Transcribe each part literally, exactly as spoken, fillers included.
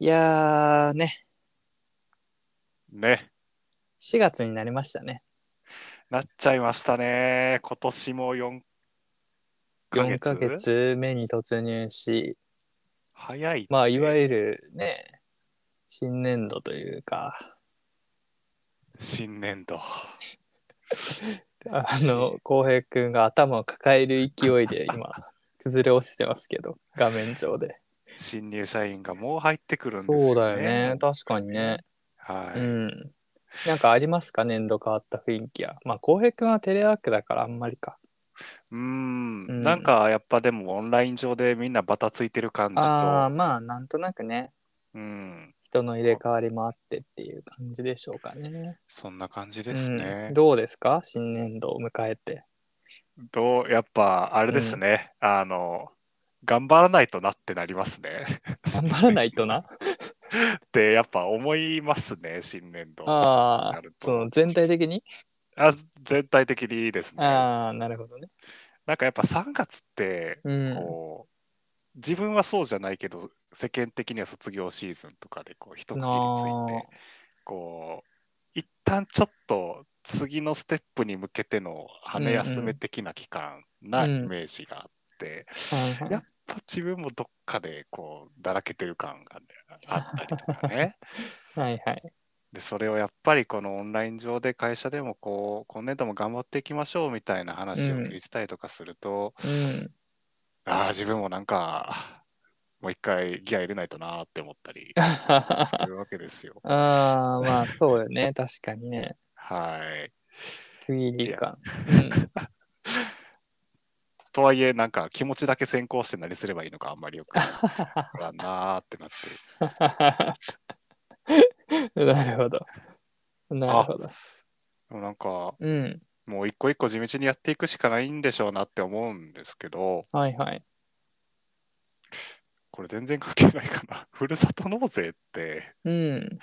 いやーね、 ね。 しがつになりましたね。 なっちゃいましたね。今年もよんかげ 4ヶつ月目に突入し、 早いっまあ、いわて。 ゆるね、新年度というか、 新年度。 あの、 し、 浩平くんが頭を抱える勢いで今、崩れ落ちてますけど、画面上で。 新入社員がもう入ってくるんでそうすよね。 だよね、 本確当にね。 かにね。うはい。 ん。なんかありますか、年度変わった雰囲気は。まあ、浩平くんはテレワークだからあんまりか。 うーん。なんうん。 かやっぱでもオンライン上でみんなバタついてる感じああ、 と、 まあ、なんとなくね、 うん。 人の入れこ替わりもあってっていう感じでしょうかね。 そんな感じでうん。 すね。 どうですか、新年度を迎えて。 どう、やっぱあれですうん。 ね。あの、頑張らないとなってなりますね。新頑張ら年ないとな。 ってやっぱ思いますね、新年度にああ、 なると。 その全体的に。 あ、全体的にいいですね。 ああ、なるほどね。 なんかやっぱさんがつって、 うん。 こう、自分はそうじゃないけど、世間的には卒業シーズンとかでこう一区切りついて、 あこう、一旦ちょっと次のステップに向けてのあ、う羽休めん的な期間うん。 なイうん。 メージがあって、 はいはい。 やっぱ自分もどっかでこう、だらけてる感があったりとかね。 はいはい。 で、それをやっぱりこのオンライン上で会社でもこう、今年度も頑張っていきましょうみたいな話を聞うん。 いてたりとかすると、 うん。 ああ、自分もなんか、もう一回ギア入れないとなーって思ったりするわけですよ。 ああ、まあそうよね。確かにね。 はい。 区切いや、 り感。うん。 とはいえ、なんか気持ちだけ先行して何すればいいのかあんまりよくわからんなーってなって。 なるほど。なるあ、 ほど。 でもなんか、 うん。 もう一個一個地道にやっていくしかないんでしょうなって思うんですけど、 はいはい。 これ全然関係ないかな。ふるさと納税って、 うん。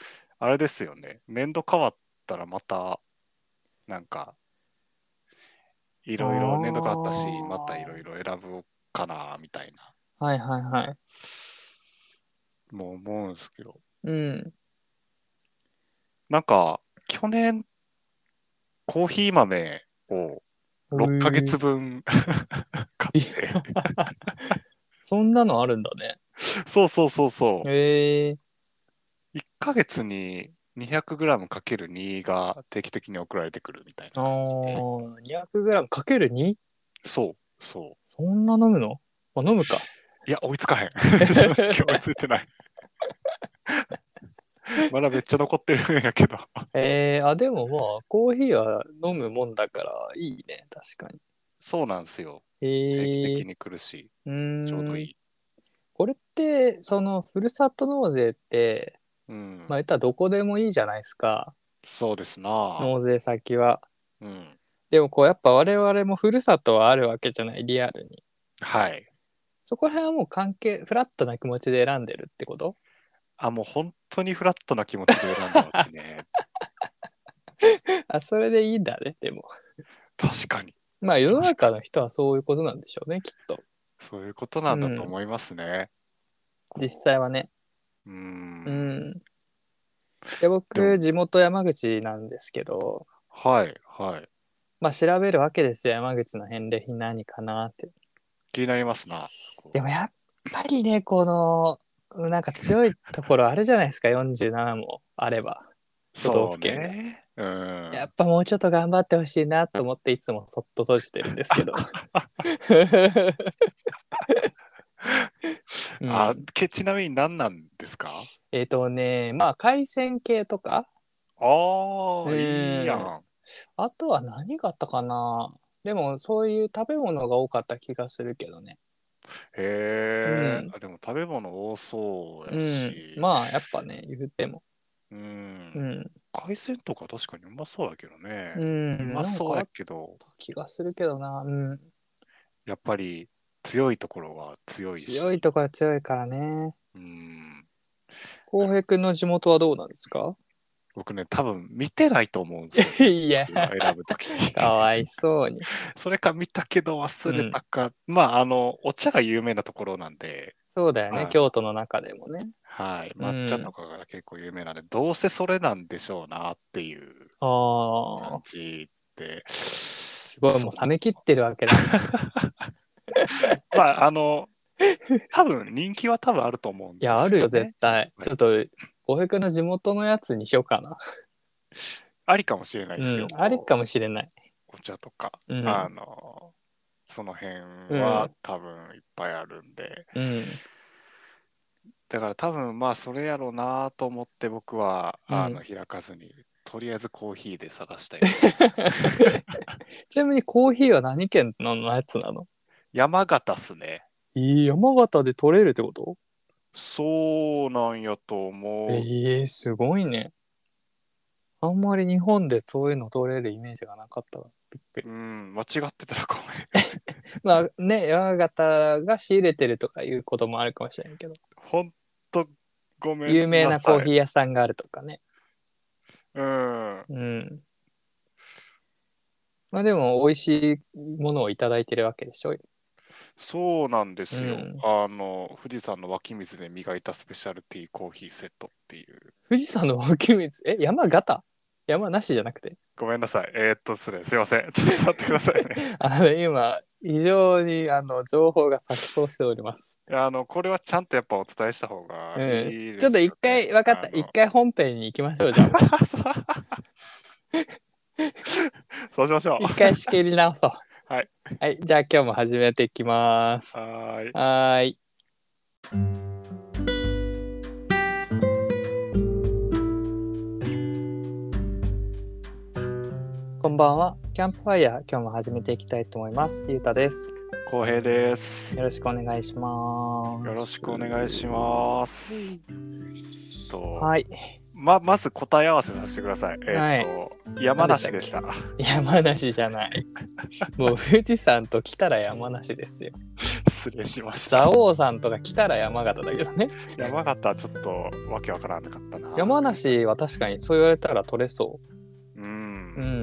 あれですよね。年度変わったらまた、なんか、いあろいろ年度変わったし、またいろいあ。 ろ選ぶかな、みたいな、 はいはいはい。 もう思うんですけど。 うん。 なんか、去年、コーヒー豆をおろっかげつえ。 ぶん買いって、 やそんなのあるんだね。 そうそうそうそう。 ええ。 いっかげつに にひゃくグラム かけるにが定期的に送られてくるみたいなあ感じで。 あ、にひゃくグラム かける に？ そう、そう。 そんな飲むの？まあ、飲むか。 いや、追いつかへん。正直追いついてない。まだめっちゃ残ってるんやけど。 えー、あ、でもまあ、コーヒーは飲むもんだからいいね、確かに。 そうなんですよ。定期えー、 的に来るし、 うちょうどーん。 いい。 これって、その、ふるさと納税って、 うん。 まあ、言ったらどこでもいいじゃないですか。 そうですな。 納税先は。 うん。 でもこう、やっぱ我々もふるさとはあるわけじゃない、リアルに。 はい。 そこら辺はもう関係、フラットな気持ちで選んでるってこと？ あ、もう本当にフラットな気持ちで選んでますね。 あ、それでいいんだね、でも。 確かに。 まあ世の確かに。 中の人はそういうことなんでしょうね、きっと。 そういうことなんだとうん。 思いますね。 実こ際はね。 う。うーうん。 ん。で、 でも、 僕、地元山口なんですけど、 はい、はい。 まあ調べるわけですよ、山口の返礼品何かなって。 気になりますな。こでもやっぱりね、この、なんか強いところあるじゃないですか、よんじゅうななもあれば、 う。 都道そう府県が。 ね。うん。 やっぱもうちょっと頑張ってほしいなと思っていつもそっと閉じてるんですけど。うあ、 ん。 け、ちなみに何なんですか？ えっとね、まあ海鮮系とか、うああー、いいやん。 ん。 あとは何があったかな。でもそういう食べ物が多かった気がするけどね。うへえ。 ん。 あ、でも食べ物多そうやうん。 し。 まあやっぱね、言っても。 うん。 うん。 海鮮とか確かにうまそうやけどうね。うん。 まそうやなんかあっけど、 た気がするけどな。うん。 やっぱり強いところは強いし。 強いところは強いからね。 うん。なるほど。 浩平くんの地元はどうなんですか？ 僕ね、多分見てないと思うんですよね。 いや、 僕が選ぶときに。 かわいそうに。 それか見たけど忘れうん。 たか。まあ、あの、お茶が有名なところなんで、 そうだよね、 あの、 京都の中でもね。 はい、抹茶とかが結構有名なんで、うん、どうせそれなんでしょうなっていう感じで。 すごい、もう冷めきってるわけだ。 まあ、あの、多分人気は多分あると思うんですよ、ね。 いや、あるよ、絶対。ちょっと、浩平君の地元のやつにしようかな。 ありかもしれないですよ。 うん、ありかもしれない。 お茶とか、 うん、 あの、その辺は多分いっぱいあるんで。 うん、 だから多分まあそれやろうなと思って僕は、うん、あの開かずにとりあえずコーヒーで探したいちなみにコーヒーは何県のやつなの？ 山形っすね。 えー、山形で取れるってこと？ そうなんやと思う。 えー、すごいね。あんまり日本でそういうの取れるイメージがなかったわ。びっくり。 うん、間違ってたらごめん。 まあね、山形が仕入れてるとかいうこともあるかもしれないけど。 ほんとごめんなさい。 有名なコーヒー屋さんがあるとかね。 うん。 うん。まあでも美味しいものをいただいてるわけでしょ。 そうなんですよ。 うん、 あの富士山の湧き水で磨いたスペシャルティーコーヒーセットっていう。 富士山の湧き水、え、山形？山なしじゃなくて？ ごめんなさい。えー、っとすいません。ちょっと待ってくださいね。 あの今非常にあの情報が錯綜しております。 いやあのこれはちゃんとやっぱお伝えした方がいいですよね。 うん、ちょっと一回分かった。一回本編に行きましょうじゃあ。 そうしましょう。 一回仕切り直そう。 はい。 はい、じゃあ今日も始めていきます。 はい。 はい。こんばんは。キャンプファイヤー、今日も始めていきたいと思います。ゆうたです。 こうへいです。 よろしくお願いします。 よろしくお願いします。とはい。 ままず答え合わせさせてください。えー、っと、はい、山梨でした。 山梨じゃない。もう富士山と来たら山梨ですよ。 失礼しました。 蔵王山とか来たら山形だけどね。 山形はちょっとわけわからなかったな。 山梨は確かにそう言われたら取れそう。 うん。うん。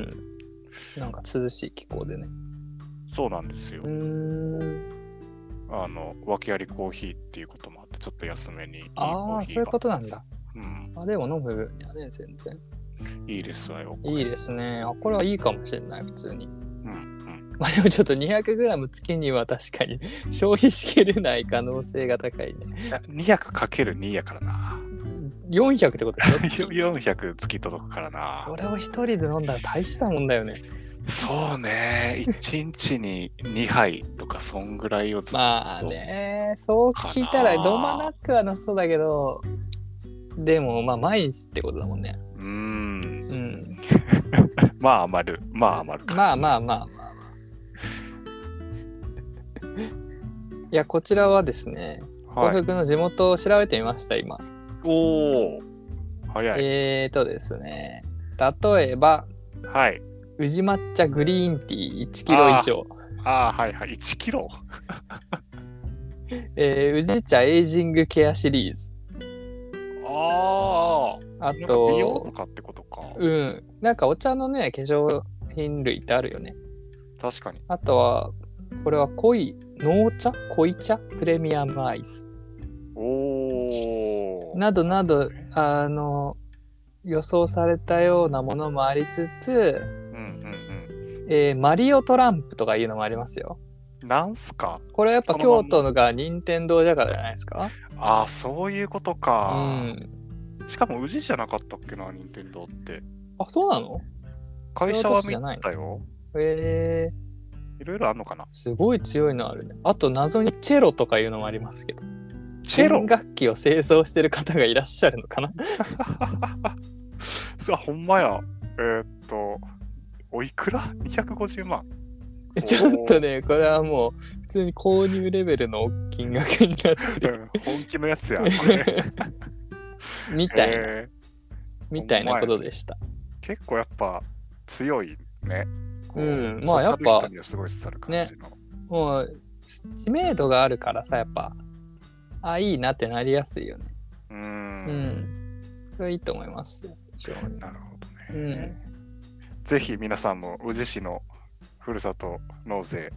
なんか涼しい気候でね。 そうなんですよ。うーん。あの訳ありコーヒーっていうこともあってちょっと安めにいいコーヒーが。 ああ、そういうことなんだ。 うん、 あでも飲む分にはね、全然。 いいですわよ。 いいですね。あ、これはいいかもしれない、普通に。 うんうん。 まあでもちょっと にひゃくグラム 月には確かに消費しきれない可能性が高いね。 にひゃくかけるに やからな。 よんひゃくってことでしょよんひゃく月届くからな。 これを一人で飲んだら大したもんだよね。 そうね。いちにちににはいとかそんぐらいをずっと。 まあね、そう聞いたら飲まなくはなそうだけど、でもまあ毎日ってことだもんね。 うーん。 うん。 まあ余る。まあ余るまあまあまあまあまあ。いや、こちらはですね、幸福の地元を調べてみました、今。 おお。早い。 えーとですね、例えば、 はい。 宇治抹茶グリーンティーいちキロ以上。 ああ、はいはい。いちキロえー、宇治茶エイジングケアシリーズ。 ああ。 あと、 美容とかってことか。 うん。なんかお茶のね、化粧品類ってあるよね。 確かに。 あとは、これは濃い、濃茶濃い茶プレミアムアイス。 おー。 などなど、あの、予想されたようなものもありつつ、うんうんうんえー、マリオトランプとかいうのもありますよ。 なんすか？ これやっぱ京都のが任天堂だからじゃないですか？ ああ、そういうことか。 うん。 しかも宇治じゃなかったっけな、任天堂って。 あ、そうなの？ 会社は見たよ。 へえー。いろいろあるのかな？ すごい強いのあるね。あと謎にチェロとかいうのもありますけど。 チェロ？ 弦楽器を製造してる方がいらっしゃるのかな？ さあ、ほんまや。えー、っと、おいくら ?にひゃくごじゅうまん。 ちょっとね、これはもう普通に購入レベルの金額になってる。 うん、本気のやつや、これ。 みたいな、えー、みたいなことでした。 結構やっぱ強いね。 うん、まあやっぱ、 人にはすごい刺さる感じの。 ね、もう知名度があるからさ、やっぱ、あ、いいなってなりやすいよね。うん。うん。それはいいと思います。 なるほどね。うん、ぜひ皆さんも宇治市のふるさと納税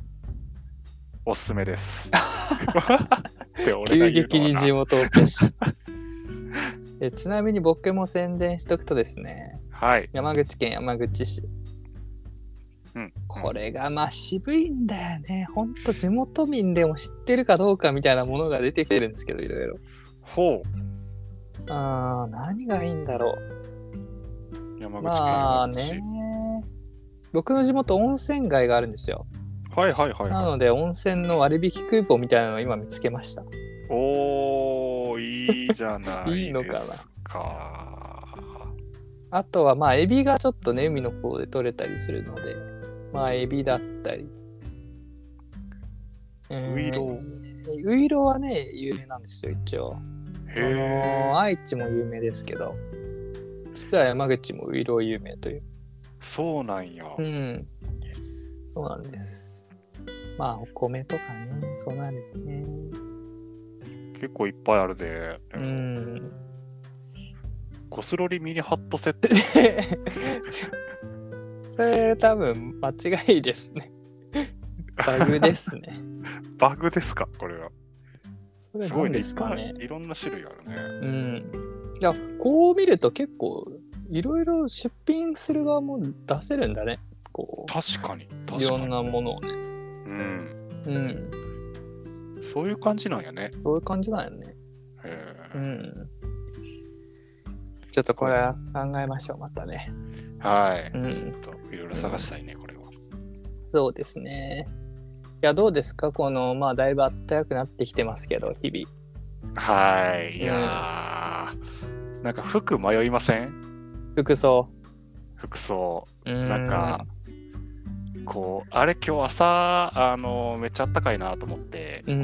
おすすめです。 急激に地元をプッシュ。 えちなみに僕も宣伝しとくとですね、 はい。 山口県山口市。 うん。 これがまあ渋いんだよね。ほんと地元民でも知ってるかどうかみたいなものが出てきてるんですけど、いろいろ。 ほう。 あー、何がいいんだろう。 山口県まあ山口市。 ね。僕の地元温泉街があるんですよ。 はいはいはいはい。 なので温泉の割引クーポンみたいなのを今見つけました。 おー、いいじゃないいいのかな。 ですか。 あとはまあエビがちょっとね海の方で取れたりするので、まあエビだったり。 ういろ。 ウイロはね有名なんですよ一応。 へー。 愛知も有名ですけど、実は山口もウイロ有名という。 そうなんや。 うん。そうなんです。まあお米とかね、そうなるよね。 結構いっぱいあるで。 うん。 ゴスロリミニハットセット。 それ多分間違いですね。バグですね。 バグですかこれは。 それすごいね。 ですかね。 いろんな種類あるね。 うん。いや、こう見ると結構いろいろ出品する側も出せるんだね。こう。 確かに。確かに。 いろんなものをね。 うん。 うん。 そういう感じなんやね。 そういう感じなんやね。 へうー。 ん。ちょっとこれは考えましょう、またね。 はい。 うん、 ちょっといろいろ探したいね、これは。 そうですね。いや、どうですかこの、まあ、だいぶ暖かくなってきてますけど、日々。 はい。いやー、うん、なんか服迷いません？ 服装。 服装。 うんなんか、こう、あれ今日朝、あの、めっちゃ暖かいなと思って、 うんうん、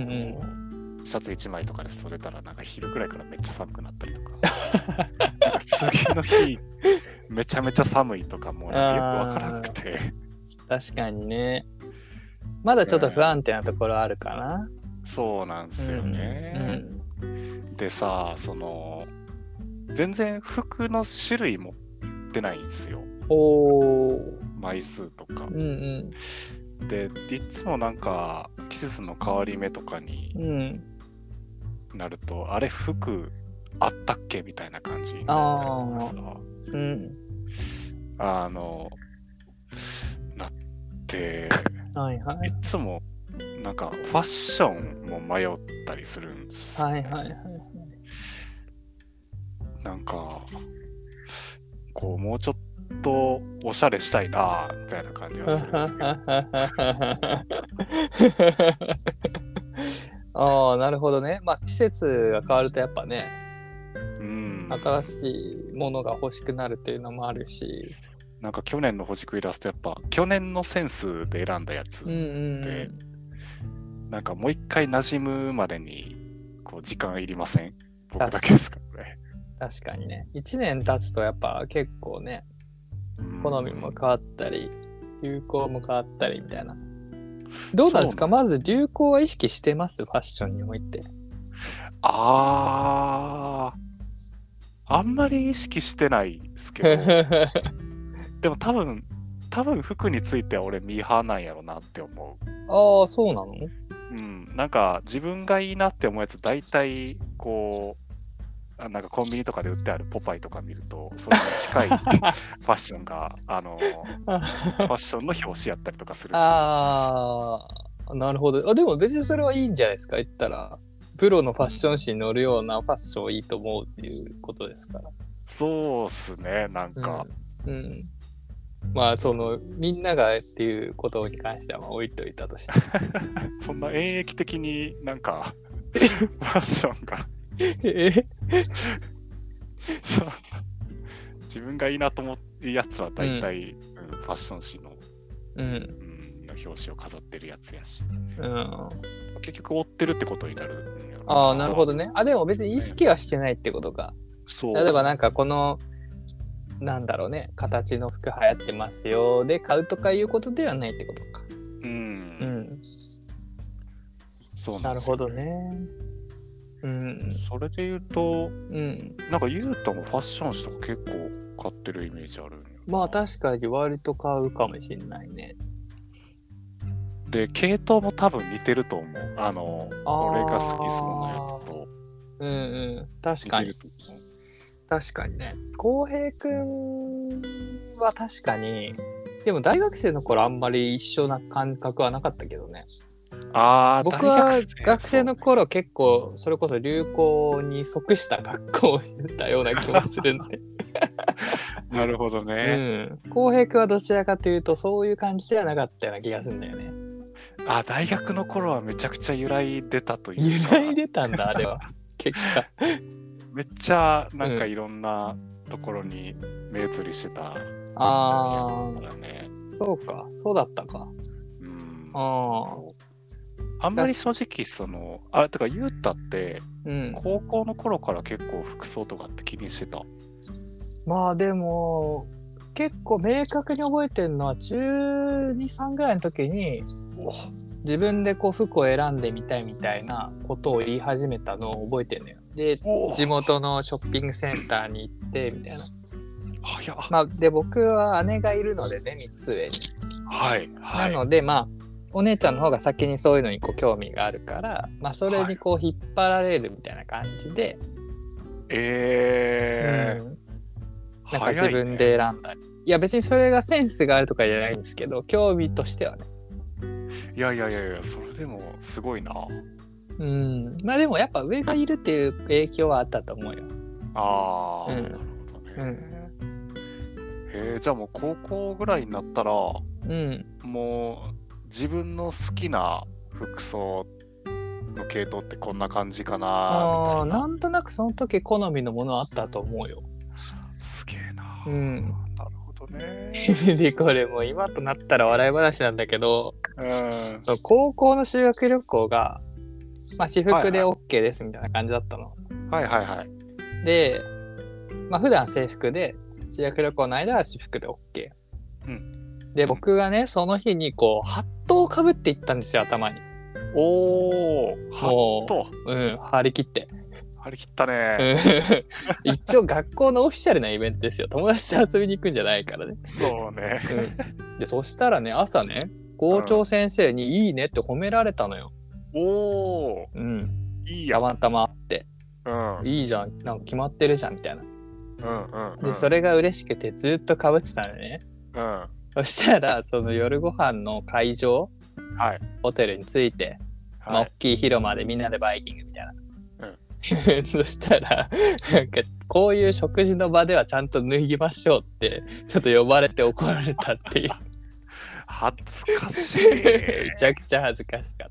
シャツいちまいとかで袖たら、なんか昼ぐらいからめっちゃ寒くなったりとか。なんか次の日、めちゃめちゃ寒いとかもうなんかよくわからなくて。 確かにね。まだちょっと不安定なところあるかな。 そうなんですよね。うんうん、でさ、その、全然服の種類持ってないんですよ。 おー。 枚数とか。 うんうん、 で、いつもなんか季節の変わり目とかになると、うん、あれ服あったっけみたいな感じになったりとかさ。うん、あの、なって、 はいはい、 いつもなんかファッションも迷ったりするんですよ、ね。はいはいはい。なんか、こう、もうちょっとおしゃれしたいな、みたいな感じはするんですけど。 ああ、なるほどね。まあ、季節が変わるとやっぱね、 うん、 新しいものが欲しくなるっていうのもあるし。 なんか去年のほじくイラストやっぱ去年のセンスで選んだやつで、うんうんうん、なんかもう一回馴染むまでにこう時間いりません？僕だけですからね。 確かにね。いちねん経つとやっぱ結構ね、好みも変わったり、流行も変わったりみたいな。どうなんですか？まず流行は意識してます？ファッションにおいて。 あー、あんまり意識してないですけど、でも多分、多分服については俺ミーハーなんやろなって思う。 ああ、そうなの？ うん、なんか自分がいいなって思うやつ大体こう、なんかコンビニとかで売ってあるポパイとか見るとそれに近いファッションがあのファッションの表紙やったりとかするし。 ああ、なるほど。あ、でも別にそれはいいんじゃないですか。言ったらプロのファッション誌に載るようなファッションいいと思うっていうことですから。 そうっすね、なんか、 うん、うん、まあそのみんながっていうことに関してはまあ置いといたとしてそんな演疫的になんかファッションがえそう自分がいいなと思うやつは大体、うんうん、ファッション誌の、 うんうん、 の表紙を飾ってるやつやし、 うん、 結局追ってるってことになるんやろな。 ああ、なるほどね。あ、でも別に意識はしてないってことか。そう。例えばなんかこのなんだろうね、形の服流行ってますよで買うとかいうことではないってことか。 うん。うん。そうなんですよ。なるほどね。うん。 それで言うと、 うん。 なんかゆうたもファッション誌とか結構買ってるイメージあるんよ。 まあ確かに割と買うかもしれないね。 で、系統も多分似てると思う。あの、俺が好きそうなやつと。 うんうん。確かに。 確かにね。浩平くんは確かに、でも大学生の頃あんまり一緒な感覚はなかったけどね。 ああ、 僕は学生の頃結構それこそ流行に即した学校をしてたような気もするんで。 なるほどね。 うん。浩平くんはどちらかというとそういう感じではなかったような気がするんだよね。 あ、大学の頃はめちゃくちゃ揺らいでたというか。揺らいでたんだ、あれは。結果。 めっちゃなんかいろんなところに目移りしてた、 うん、ああ、ね、そうか、そうだったか。 うん。 ああんまり正直その、あれとかゆうたって、うん、高校の頃から結構服装とかって気にしてた？ まあでも結構明確に覚えてるのは中に、さんぐらいの時に自分でこう服を選んでみたいみたいなことを言い始めたのを覚えてるのよ。で、地元のショッピングセンターに行ってみたいな。 早っ。 まあで僕は姉がいるのでね、みっつ上に。 はい、はい。 なのでまあお姉ちゃんの方が先にそういうのにこう興味があるから、まあそれにこう引っ張られるみたいな感じで。はい、 えー。うん、 なんか自分で選んだり、ね、いや別にそれがセンスがあるとかじゃないんですけど、興味としてはね。 いやいやいやいや、それでもすごいな。 うん、まあでもやっぱ上がいるっていう影響はあったと思うよ。 ああ、うん、なるほどね。うん、へえ、じゃあもう高校ぐらいになったら、うん、もう自分の好きな服装の系統ってこんな感じかなみたいな。 なんとなくその時好みのものあったと思うよ。 すげえな。 うん。 なるほどね。 でこれもう今となったら笑い話なんだけど、うん、高校の修学旅行が、まあ、私服で OK ですみたいな感じだったの。 はいはいはい。 で、まあ普段制服で修学旅行の間は私服で OK。うん、で僕がねその日にこうハットをかぶっていったんですよ頭に。 おー、ハット。 うん張り切って。 張り切ったね。 一応学校のオフィシャルなイベントですよ。友達と遊びに行くんじゃないからね。 そうね。 うん、でそしたらね朝ね校長先生にいいねって褒められたのよ。 うん、おお。 うん。 いいや。 たまたまあって。 うん。 いいじゃん。なんか決まってるじゃんみたいな。 うんうん、うん。 でそれが嬉しくてずっとかぶってたのね。うん。そしたらその夜ご飯の会場、はい、ホテルに着いて、はい、まあ、大きい広間でみんなでバイキングみたいな。そしたらなんかこういう食事の場ではちゃんと脱ぎましょうってちょっと呼ばれて怒られたっていう恥ずかしい。 めちゃくちゃ恥ずかしかった。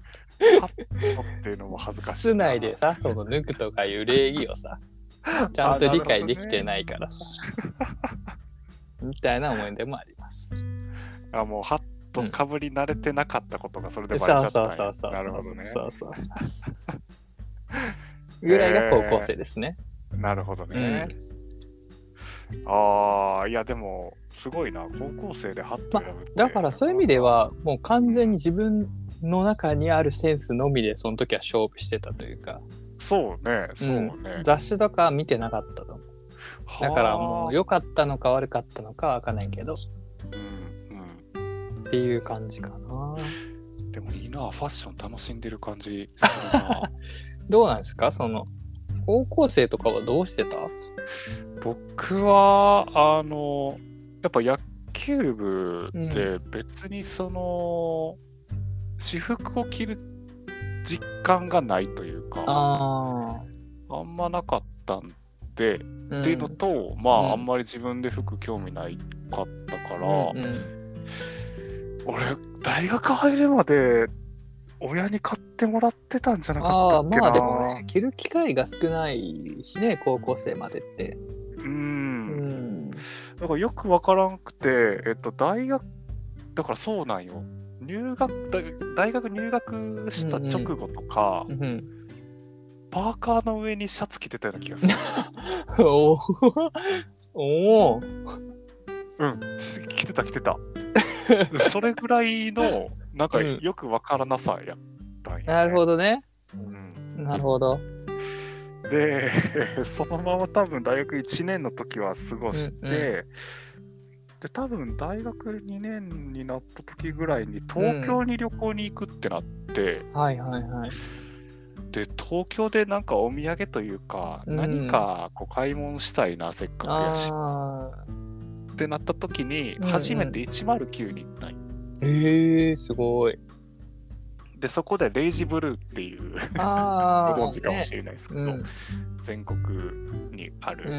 ハットっていうのも恥ずかしい。 室内でさその脱ぐとかいう礼儀をさちゃんと理解できてないからさ、ね、みたいな思い出もあります。 あもうハットかぶり慣れてなかったことがそれでバレちゃったんや、 うん、そうそうそうそうなるほどね。 そうそうそうぐらいが高校生ですね。 えー、なるほどね。うん、ああいやでもすごいな高校生でハット選ぶって、 ま、だからそういう意味ではもう完全に自分の中にあるセンスのみでその時は勝負してたというか。 そうねそうね、 うん、雑誌とか見てなかったと思う。だからもう良かったのか悪かったのかわかんないけど、うんうん、っていう感じかな。 でもいいなファッション楽しんでる感じするな。 どうなんですかその高校生とかはどうしてた？ 僕はあのやっぱ野球部で別にその、うん、私服を着る実感がないというか あ, あんまなかったんで、うん、っていうのとまあ、うん、あんまり自分で服興味ないかったから、うんうん、俺大学入るまで親に買ってもらってたんじゃなかったっけな。 あまあでもね着る機会が少ないしね高校生までってうんうんだからよくわからんくてえっと大学だからそうなんよ入学大学入学した直後とか、うんうん、パーカーの上にシャツ着てたような気がする。 おおうん着てた着てたそれぐらいのなんかよくわからなさやったんや、ねうん、なるほどね、 うん、 なるほど。 でそのまま多分大学いちねんの時は過ごして、うんうん、で多分大学にねんになった時ぐらいに東京に旅行に行くってなって、 うん、はいはいはい。 で東京でなんかお土産というか、うん、何かこう買い物したいな、せっかくやしってなった時に初めていちまるきゅうに行ったんよ。 うんうん、えー、すごい。 でそこでレイジブルーっていうご存知かもしれないですけど、ね、うん、全国にある、うん、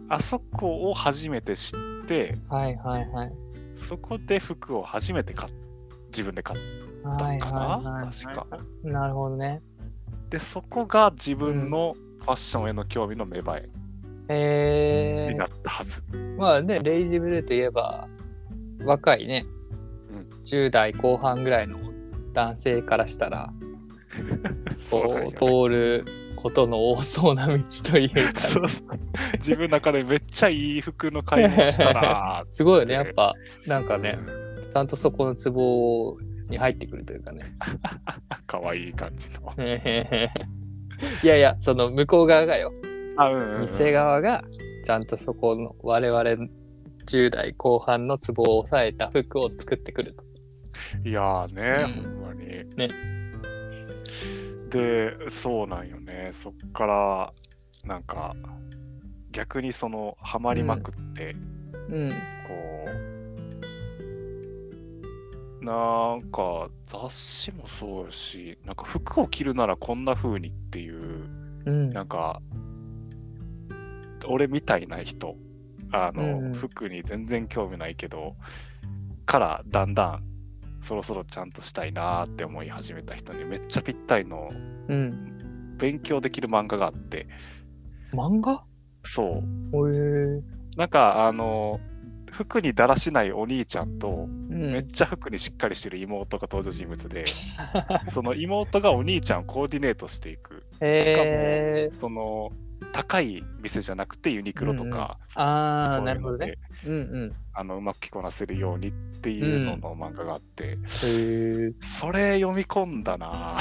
あそこを初めて知って、 はいはいはい、 そこで服を初めて買っ自分で買ったのかな、はいはいはい、確か。 なるほどね。 でそこが自分のファッションへの興味の芽生えになったはず。 えー、まあね、レイジブルーといえば若いね、うん、じゅう代後半ぐらいの男性からしたらこう通ることの多そうな道というか、ね、 そうそう、自分の中でめっちゃいい服の買い物したなすごいよね、やっぱなんかね、ちゃんとそこのツボに入ってくるというかねかわいい感じのいやいや、その向こう側がよ、 あ、うんうんうん、 店側がちゃんとそこの我々じゅう代後半のツボを抑えた服を作ってくると。 いやーね、 うん、 ほんまにね。 でそうなんよね。そっからなんか逆にそのハマりまくって、 うんうん、 こうなんか雑誌もそうやし、なんか服を着るならこんな風にっていう、うん、なんか俺みたいな人、あの、うんうん、服に全然興味ないけどからだんだんそろそろちゃんとしたいなって思い始めた人にめっちゃぴったりの勉強できる漫画があって、 うん、漫画？ そう。 へー。 なんかあの服にだらしないお兄ちゃんと、うん、めっちゃ服にしっかりしてる妹が登場人物でその妹がお兄ちゃんをコーディネートしていく。しかもその高い店じゃなくてユニクロとか、 うんうん、ああ、なるほどね。うんうん、 あのうまく着こなせるようにっていうのの漫画があって、うん、 へそれ読み込んだな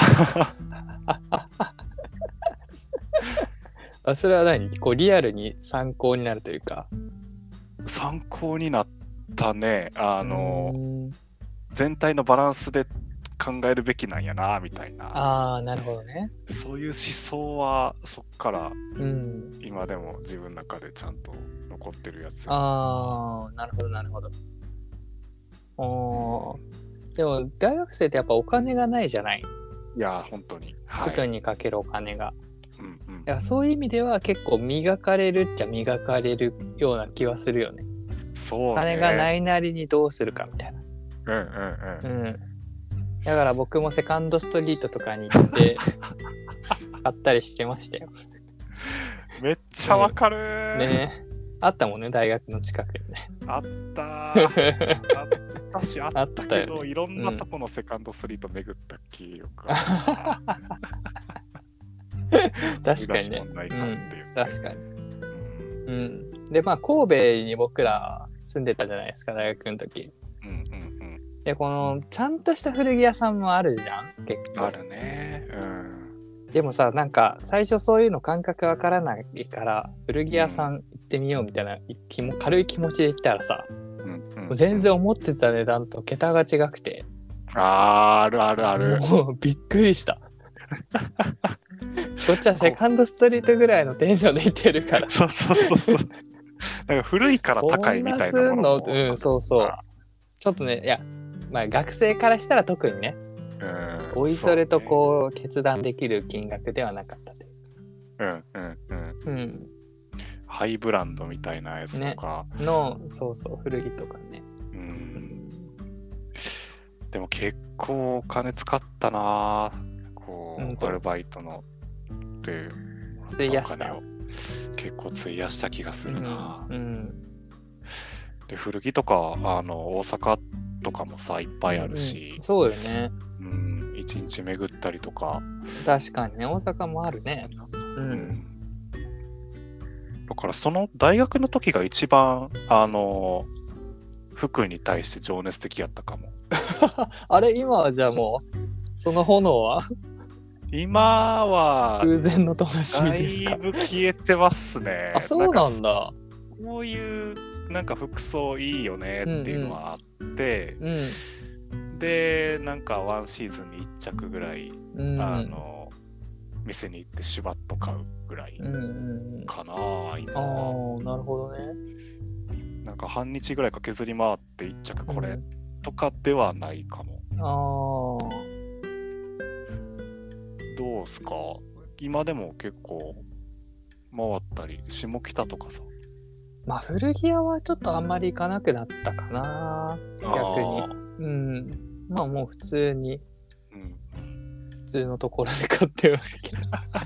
あ。それは何？こうリアルに参考になるというか。 参考になったね。あの全体のバランスで考えるべきなんやなみたいな。 ああ、なるほどね。 そういう思想はそっから、 うん、 今でも自分の中でちゃんと残ってるやつ。 ああ、なるほどなるほど。おでも大学生ってやっぱお金がないじゃない。 いや本当に。 服にかけるお金が。 うんうん、 だからそういう意味では結構磨かれるっちゃ磨かれるような気はするよね。 そうね。 金がないなりにどうするかみたいな。 うんうんうん。うんだから僕もセカンドストリートとかに行って買ったりしてましたよ。 めっちゃわかるー、 うん、ね。あったもんね、大学の近くにね。 あったー。あったし、あったけど、ね、いろんなとこのセカンドストリート巡った記憶が、 うん、確かにね。うん、確かに。うん。で、まあ、神戸に僕ら住んでたじゃないですか、大学の時。 うんうんうん。 でこのちゃんとした古着屋さんもあるじゃん結構。 あるね。うん。 でもさ、なんか最初そういうの感覚わからないから古着屋さん行ってみようみたいな、うん、軽い気持ちで行ったらさ、うんうんうん、もう全然思ってた値段と桁が違くて。 あー、あるあるある。 もうびっくりした。こっちはセカンドストリートぐらいのテンションで行ってるから。 そうそうそうそう。なんか古いから高いみたいなものも。 うん、そうそう。ちょっとね、いや。まあ、学生からしたら特にね、うん、おいそれとこう、ね、決断できる金額ではなかったというか、うんうんうん、 うん、 ハイブランドみたいなやつとか、 ね、のそうそう古着とかね、 うん、でも結構お金使ったなこう、うん、アルバイトので費やした結構費やした気がするな、 うんうん、 で古着とかあの大阪とかもさいっぱいあるし、 うん、そうよね。 うん、一日巡ったりとか。 確かにね、大阪もあるね。 うん。うん、だからその大学の時が一番あの服に対して情熱的やったかも。 あれ今はじゃあもうその炎は？ 今は空前の楽しみですか？ だいぶ消えてますね。 あ、そうなんだ。 こういうなんか服装いいよねっていうのはあって、 うんうん、 でなんかワンシーズンにいっ着ぐらい、うん、あの店に行ってシュバッと買うぐらいかな、 うんうん、今。ああ、なるほどね。 なんか半日ぐらいか削り回って一着これとかではないかも。 うん、ああ。 どうすか？今でも結構回ったり、下北とかさ。 まあ古着屋はちょっとあんまり行かなくなったかな、逆に。うん。まあもう普通に、うん、普通のところで買ってますけど。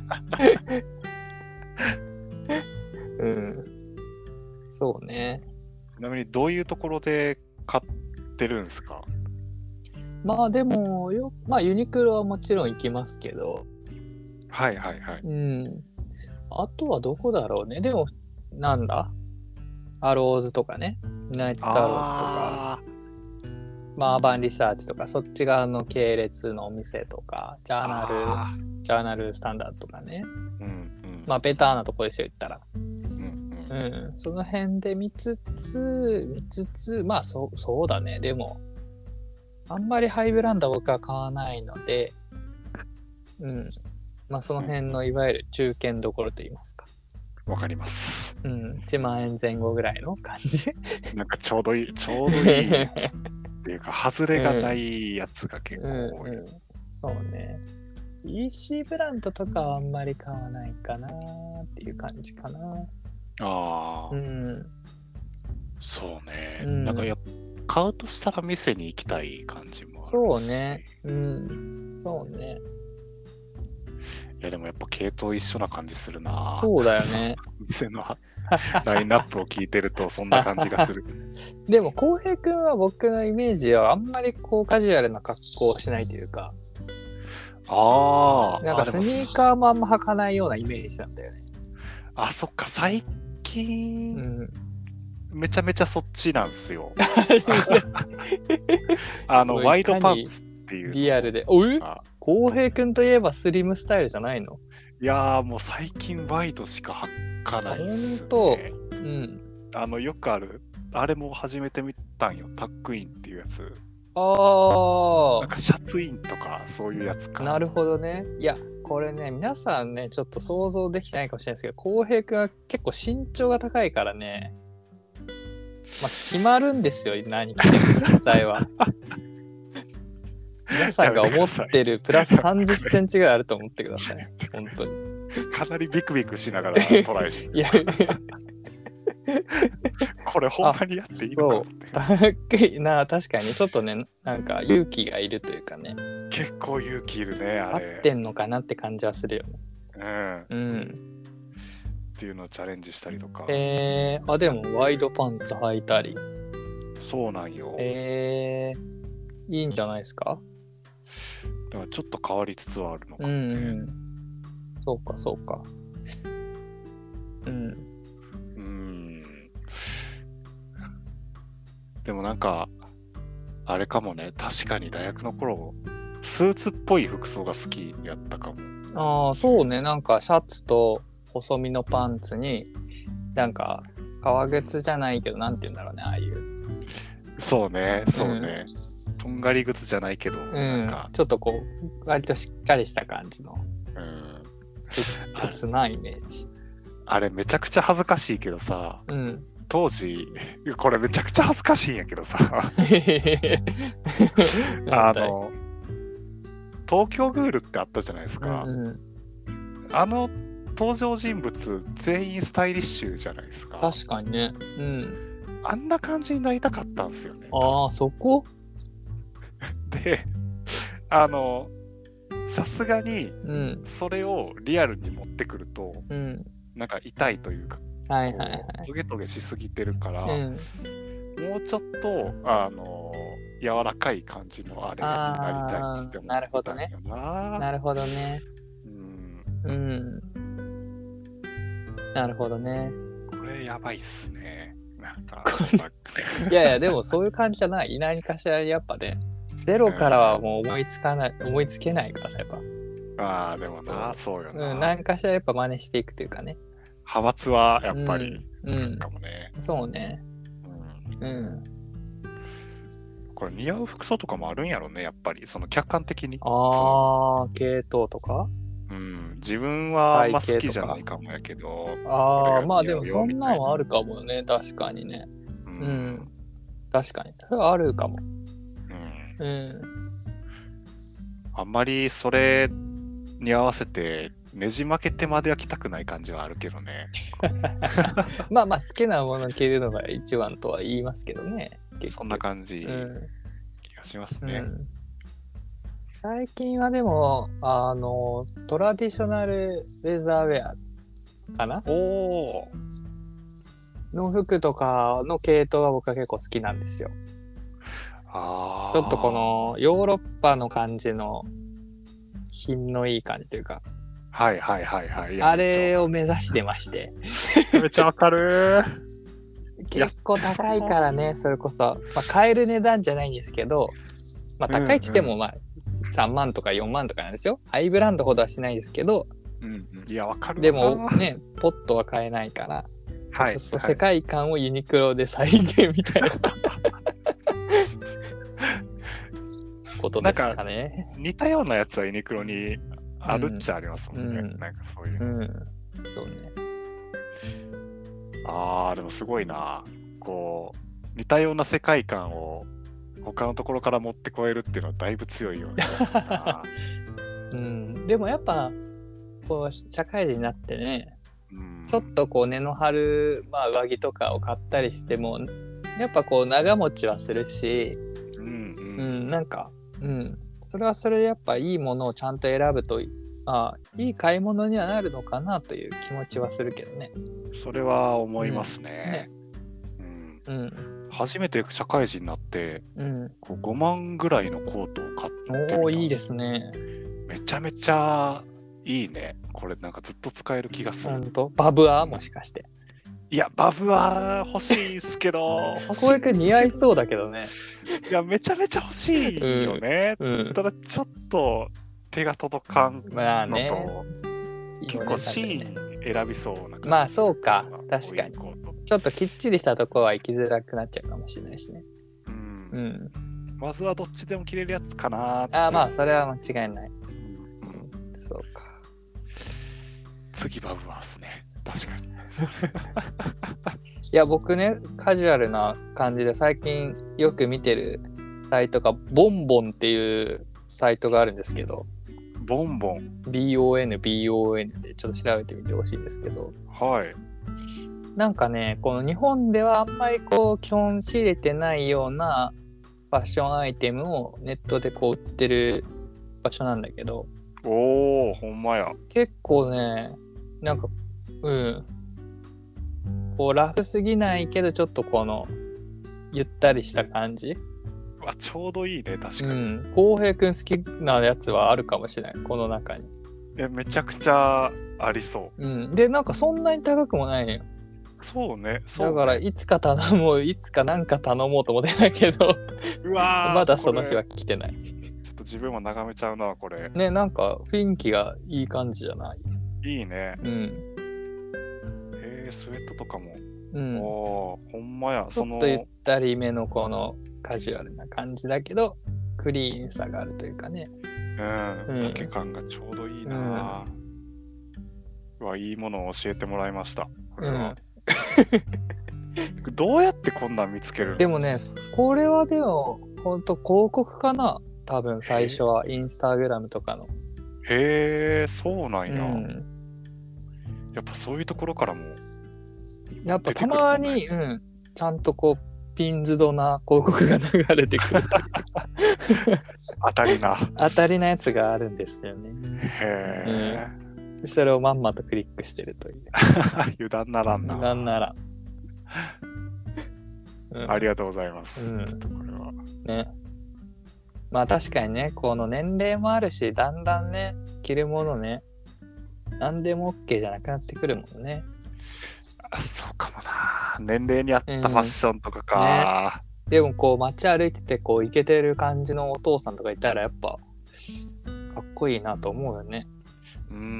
うん。そうね。 ちなみにどういうところで買ってるんですか？ まあでもよ、まあユニクロはもちろん行きますけど。 はいはいはい。 うん。あとはどこだろうね。でも、なんだアローズとかね。ユナイテッドアローズとか。まあアーバンリサーチとか、そっち側の系列のお店とか、ジャーナル、ジャーナルスタンダードとかね。うんうん、まあベターなとこでしょ、言ったら。うんうん、その辺で見つつ、見つつ、まあそ、そうだね。でも、あんまりハイブランドは僕は買わないので、うん。まあその辺のいわゆる中堅どころといいますか。 わかります。 うん。いちまんえんぜん後ぐらいの感じ。 なんかちょうどいい、ちょうどいいっていうか、外れがないやつが結構多い。うんうんうん、 そうね。イーシー ブランドとかはあんまり買わないかなっていう感じかな。 ああ。うん。そうね。うん、なんかや買うとしたら店に行きたい感じもあるし。 そうね。うん。そうね。 いやでもやっぱ系統一緒な感じするな。 そうだよね。 店のラインナップを聞いてるとそんな感じがする。 でも浩平くんは僕のイメージはあんまりこうカジュアルな格好をしないというか。 ああ。 なんかスニーカーもあんま履かないようなイメージなんだよね。 あ、そっか、最近、うん、めちゃめちゃそっちなんですよ。あの、ワイドパンツっていう。 リアルで。おい浩平くんといえばスリムスタイルじゃないの？ いやー、もう最近ワイドしか履かないっすね。ほんと？うん。あの、よくある、あれも始めてみたんよ。タックインっていうやつ。ああ。なんかシャツインとかそういうやつか。 なるほどね。いや、これね、皆さんね、ちょっと想像できないかもしれないですけど、浩平くんは結構身長が高いからね、まあ、決まるんですよ、何着ても実際は。皆さんが思ってるプラスさんじゅっセンチぐらいあると思ってください。本当に。 かなりビクビクしながらトライして。いやこれほんまにやっていいのかって。 そうな確かにちょっとね、なんか勇気がいるというかね。 結構勇気いるね、あれ。 合ってんのかなって感じはするよね。うん。うん。 っていうのをチャレンジしたりとか。 えー、あ、でもワイドパンツ履いたり。 そうなんよ。 えー、いいんじゃないですか？ だからちょっと変わりつつはあるのかもね。うん、うん。 そうか、そうか。うん。 うん。でもなんか、あれかもね、確かに大学の頃、スーツっぽい服装が好きやったかも。 ああ、そうね。なんかシャツと細身のパンツに、なんか革靴じゃないけど、なんて言うんだろうね、ああいう。 そうね、そうね。うん、とんがり靴じゃないけど、うん、なんか。 ちょっとこう、割としっかりした感じの、うん、靴なイメージ。 あれめちゃくちゃ恥ずかしいけどさ、うん、当時これめちゃくちゃ恥ずかしいんやけどさあの東京グールってあったじゃないですか、うんうん、あの登場人物全員スタイリッシュじゃないですか。 確かにね、うん、 あんな感じになりたかったんですよね。 ああ、そこであのさすがにそれをリアルに持ってくると、うん、なんか痛いというか、はいはいはい、トゲトゲしすぎてるから、うん、もうちょっとあの柔らかい感じのあれになりたいって思ってたんよな。 なるほどね。なるほどね。うん。うん。なるほどね。 これやばいっすね。なんかいやいや、でもそういう感じじゃない。何かしらやっぱね、ゼロからはもう思いつかない、うん、思いつけないからさ、やっぱ。ああ、でもな、そうよな。 うん、何かしらやっぱ真似していくというかね。 派閥はやっぱり、うん、かもね、 うん。そうね。うん。うん。 これ似合う服装とかもあるんやろね、やっぱり。その客観的に。 ああ、系統とか？ うん、自分はあんま好きじゃないかもやけど。 ああ、まあでもそんなんはあるかもね、確かにね。 うん。 うん、確かに。それはあるかも。 うん。 うん。 あんまりそれに合わせてねじ負けてまでは着たくない感じはあるけどね。 まあまあ好きなもの着るのが一番とは言いますけどね。 そんな感じ、 うん、 気がしますね。 うん、最近はでもあのトラディショナルレザーウェアかなおの服とかの系統は僕は結構好きなんですよ。 あちょっとこのヨーロッパの感じの品のいい感じというか、 はいはいはいはい。 あれを目指してまして。 めっちゃわかる。 結構高いからね、それこそ、まあ、買える値段じゃないんですけど、まあ高いっつってもまあさんまんとかよんまんとかなんですよ。ハイブランドほどはしないですけど、 うんうん、いやわかるわ。 でもね、ポットは買えないから、 はい、 そうそう世界観をユニクロで再現みたいなことですかね。 なんか似たようなやつはユニクロにあるっちゃありますもんね。 うん、 なんかそういう。 うん、そうね。 ああ、でもすごいな。こう似たような世界観を他のところから持ってこえるっていうのはだいぶ強いような気がするな。 うん、でもやっぱこう社会人になってね、 うん、 ちょっとこう根の張る、まあ、上着とかを買ったりしてもやっぱこう長持ちはするし、 うんうんうん、なんか、うん、それはそれでやっぱいいものをちゃんと選ぶと、あ、いい買い物にはなるのかなという気持ちはするけどね。 それは思いますね。 うんうん、 初めて社会人になって、 うん、 こうごまんぐらいのコートを買ってみた。 おー、いいですね。 めちゃめちゃいいね。これなんかずっと使える気がする。 ほんとバブアーもしかして。 いや、バブは欲しいっすけど、 これ似合いそうだけどね。 いや、めちゃめちゃ欲しいよね。 うんうん、 ただちょっと手が届かんのと、 まあね、 結構シーン選びそうな感じ。 まあそうか、確かに。ちょっときっちりしたとこは行きづらくなっちゃうかもしれないしね。 うん。 うん、 まずはどっちでも着れるやつかな。 ああ、まあそれは間違いない。うん、そうか。 次バブはっすね。確かに。 いや、僕ね、カジュアルな感じで最近よく見てるサイトがボンボンっていうサイトがあるんですけど、 ボンボンビーオーエヌビーオーエヌ でちょっと調べてみてほしいんですけど、 はい。 なんかね、この日本ではあんまりこう基本仕入れてないようなファッションアイテムをネットでこう売ってる場所なんだけど、 おー、ほんまや。 結構ね、なんか、うん、こうラフすぎないけどちょっとこのゆったりした感じ。 わ、ちょうどいいね、確かに。 うん。浩平くん好きなやつはあるかもしれない、この中に。 え、めちゃくちゃありそう。 うん。で、なんかそんなに高くもないのよ。 そうね、そうね。 だからいつか頼もう、いつかなんか頼もうと思ってたけど、 うわまだその日は来てない。 ちょっと自分も眺めちゃうな、これ。 ね、なんか雰囲気がいい感じじゃない？ いいね。 うん。 えー、スウェットとかも。 うん。 おー、ほんまや。 ちょっとゆったりめのこのカジュアルな感じだけど、クリーンさがあるというかね。 うん、丈感がちょうどいいな、うん、うわ、いいものを教えてもらいました。これは。うん、どうやってこんなん見つけるの？ でもね、これはでも、ほんと広告かな？多分最初はインスタグラムとかの。 へえ、そうなんや、 うん。 やっぱそういうところからも。 やっぱたまに、うん、ちゃんとこう、ピンズドな広告が流れてくる当たりな当たりなやつがあるんですよね。 へえ、 うん、それをまんまとクリックしてるという油断ならんな。 油断ならん、 うん、ありがとうございます、うん、ちょっとこれはね。まあ確かにね、この年齢もあるし、だんだんね、着るものね、何でも OK じゃなくなってくるもんね。 そうかもな。年齢に合ったファッションとかか、 うんね、でもこう街歩いててこうイケてる感じのお父さんとかいたらやっぱかっこいいなと思うよね。 うん、 うん、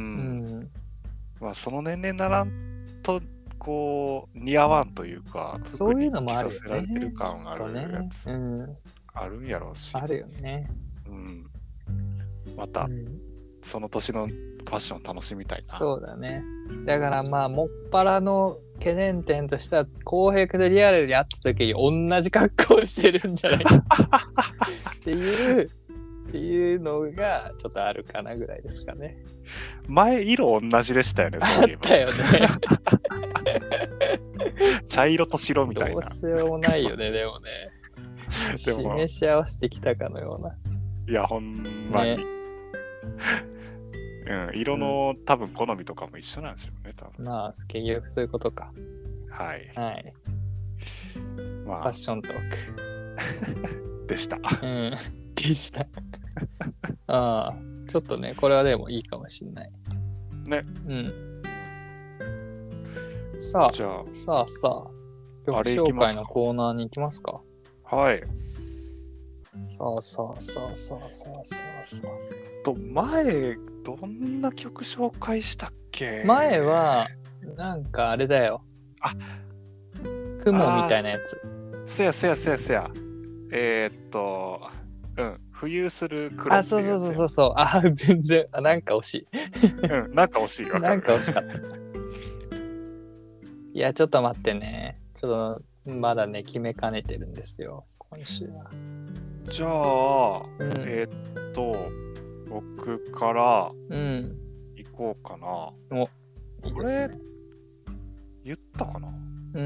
まあその年齢にならんとこう似合わんというか、 そういうのもあるよね。 着させられてる感があるやつ、 ね、うん、 あるんやろうし。 あるよね。 うん、また、うん、 その年のファッション楽しみたいな。 そうだね。だからまあもっぱらの懸念点としては、浩平君とリアルに会った時に同じ格好してるんじゃないかっていうっていうのがちょっとあるかなぐらいですかね。 前色同じでしたよね。そういえばあったよね。 茶色と白みたいな。 どうしようもないよね。でもね。 でも示し合わせてきたかのような。 いやほんまに。ねうん、色の、うん、多分好みとかも一緒なんですよね、多分。 まあ、結局そういうことか。 はい。 はい。まあ、ファッショントーク。でした。 うん。でした。ああ、ちょっとね、これはでもいいかもしんない。 ね。 うん。さあ、 じゃあ、 さあさあ、曲紹介のコーナーに行きますか。 はい。 さあさあさあさあさあさあさあ。 と、前、どんな曲紹介したっけ？ 前は、なんかあれだよ。 あ、 雲みたいなやつ。 せやせやせやせや。えー、っと、うん、浮遊する黒っていうやつ。 あ、そうそうそうそうそう。あ、全然、あ、なんか惜しい。 うん、なんか惜しいわ。 なんか惜しかった。いや、ちょっと待ってね。ちょっと、まだね、決めかねてるんですよ、今週は。 じゃあ、うん、えー、っと、僕から行こうかな。 うん、お、 いいですね。これ、言ったかな？ うん。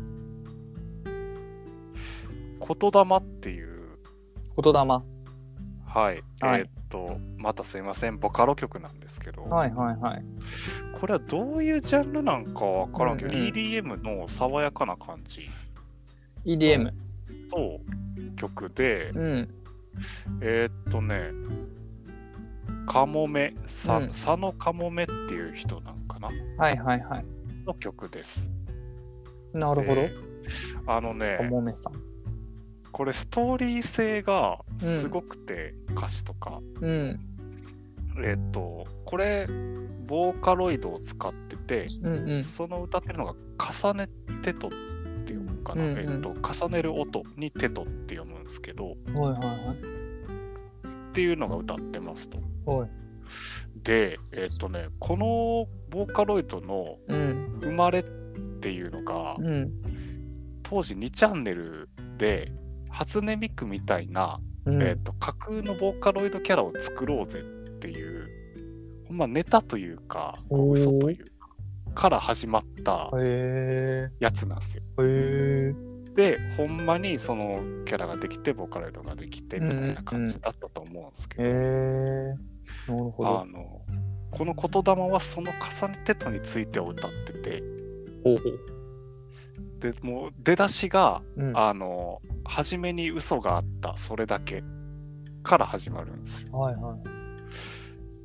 言霊っていう。 言霊。はい。 はい、えー、っと、またすいません、ボカロ曲なんですけど。 はいはいはい。 これはどういうジャンルなんかわからんけど、うんうん、イーディーエム の爽やかな感じ。 イーディーエム。 と曲で、 うん、 えー、っとね、カモメ、さ、うん、佐野カモメっていう人なんかな？ はいはいはい。 の曲です。 なるほど。 あのね、 カモメさん。 これストーリー性がすごくて、うん、歌詞とか。 うん。 えー、っと、これ、ボーカロイドを使ってて、 うんうん、 その歌ってるのが重ねてとって読むかな、うんうん、えー、っと、重ねる音にテトって読むんですけど、 はいはいはい。 っていうのが歌ってますと。 はい。 で、えー、っとね、このボーカロイドの生まれっていうのが、 うん、 当時にチャンネルで初音ミクみたいな、うん、えー、と架空のボーカロイドキャラを作ろうぜっていうほんまネタというか嘘というかから始まったやつなんですよ。 へでほんまにそのキャラができてボーカロイドができてみたいな感じだったと思うんですけど、 うんうん、へなるほど。 あのこの言霊はその重ねてとについてを歌ってて、 ほうほうでもう出だしが、 うん、 あの初めに嘘があったそれだけから始まるんですよ。 はいはい。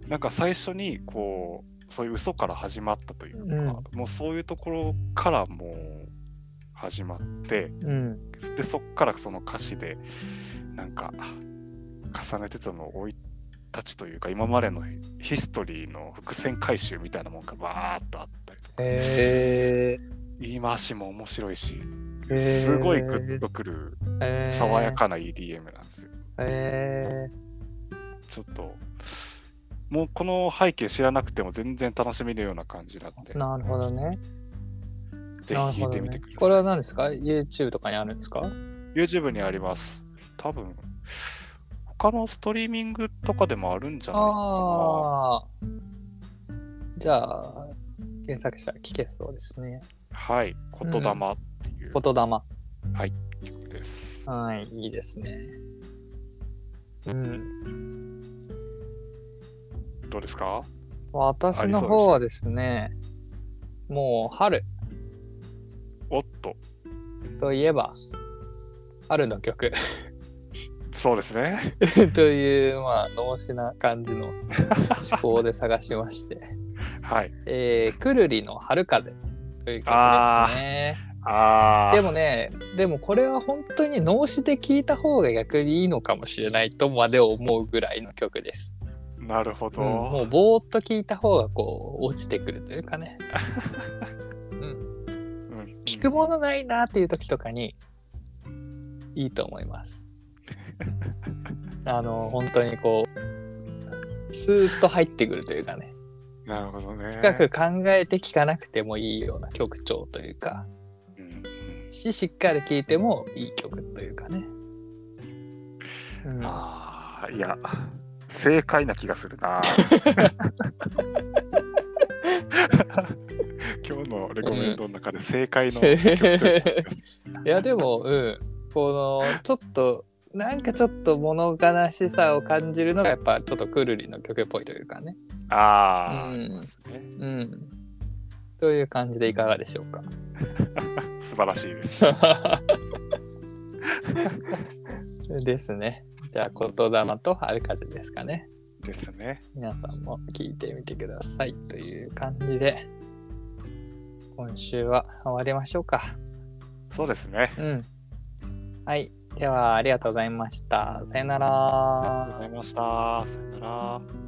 なんか最初にこうそういう嘘から始まったというか、うん、もうそういうところからもう始まって、 うん、 でそっからその歌詞でなんか重ねてたの生い立ちというか今までのヒストリーの伏線回収みたいなもんがバーっとあったりとか。 へー言い回しも面白いし、すごいグッとくる爽やかな イーディーエム なんですよ。 へーちょっともうこの背景知らなくても全然楽しめるような感じなんで。 なるほどね。 ぜひ聞いてみてください。ね、 これは何ですか？ YouTube とかにあるんですか？ YouTube にあります。多分他のストリーミングとかでもあるんじゃないかな。あじゃあ検索したら聞けそうですね。 はい、言霊っていう、 うん、言霊はい曲です。 はい、いいですね。うん。 どうですか？ 私の方はですね、もう春。 おっと。 といえば春の曲。 そうですね。 というまあ脳死な感じの思考で探しまして、 はい。 えー、くるりの春風という曲ですね。 あでもね、でもこれは本当に脳死で聴いた方が逆にいいのかもしれないとまで思うぐらいの曲です。 なるほど。 うん、もうぼーっと聴いた方がこう落ちてくるというかね。うん。うん、聞くものないなっていう時とかにいいと思います。あの本当にこうスーッと入ってくるというかね。 なるほどね。 深く考えて聴かなくてもいいような曲調というか、うん、し、しっかり聴いてもいい曲というかね。 うん、ああ、いや、正解な気がするな。今日のレコメンドの中で正解の曲調です、 うん、いやでも、うん、このちょっとなんかちょっと物悲しさを感じるのがやっぱちょっとくるりの曲っぽいというかね。 ああ、 うん、 ですね。 うん。という感じでいかがでしょうか。 素晴らしいです。 ですね。じゃあ言霊と春風ですかね。 ですね。 皆さんも聞いてみてくださいという感じで今週は終わりましょうか。 そうですね。 うん。はい。ではありがとうございました。さよなら。 ありがとうございました。さよなら。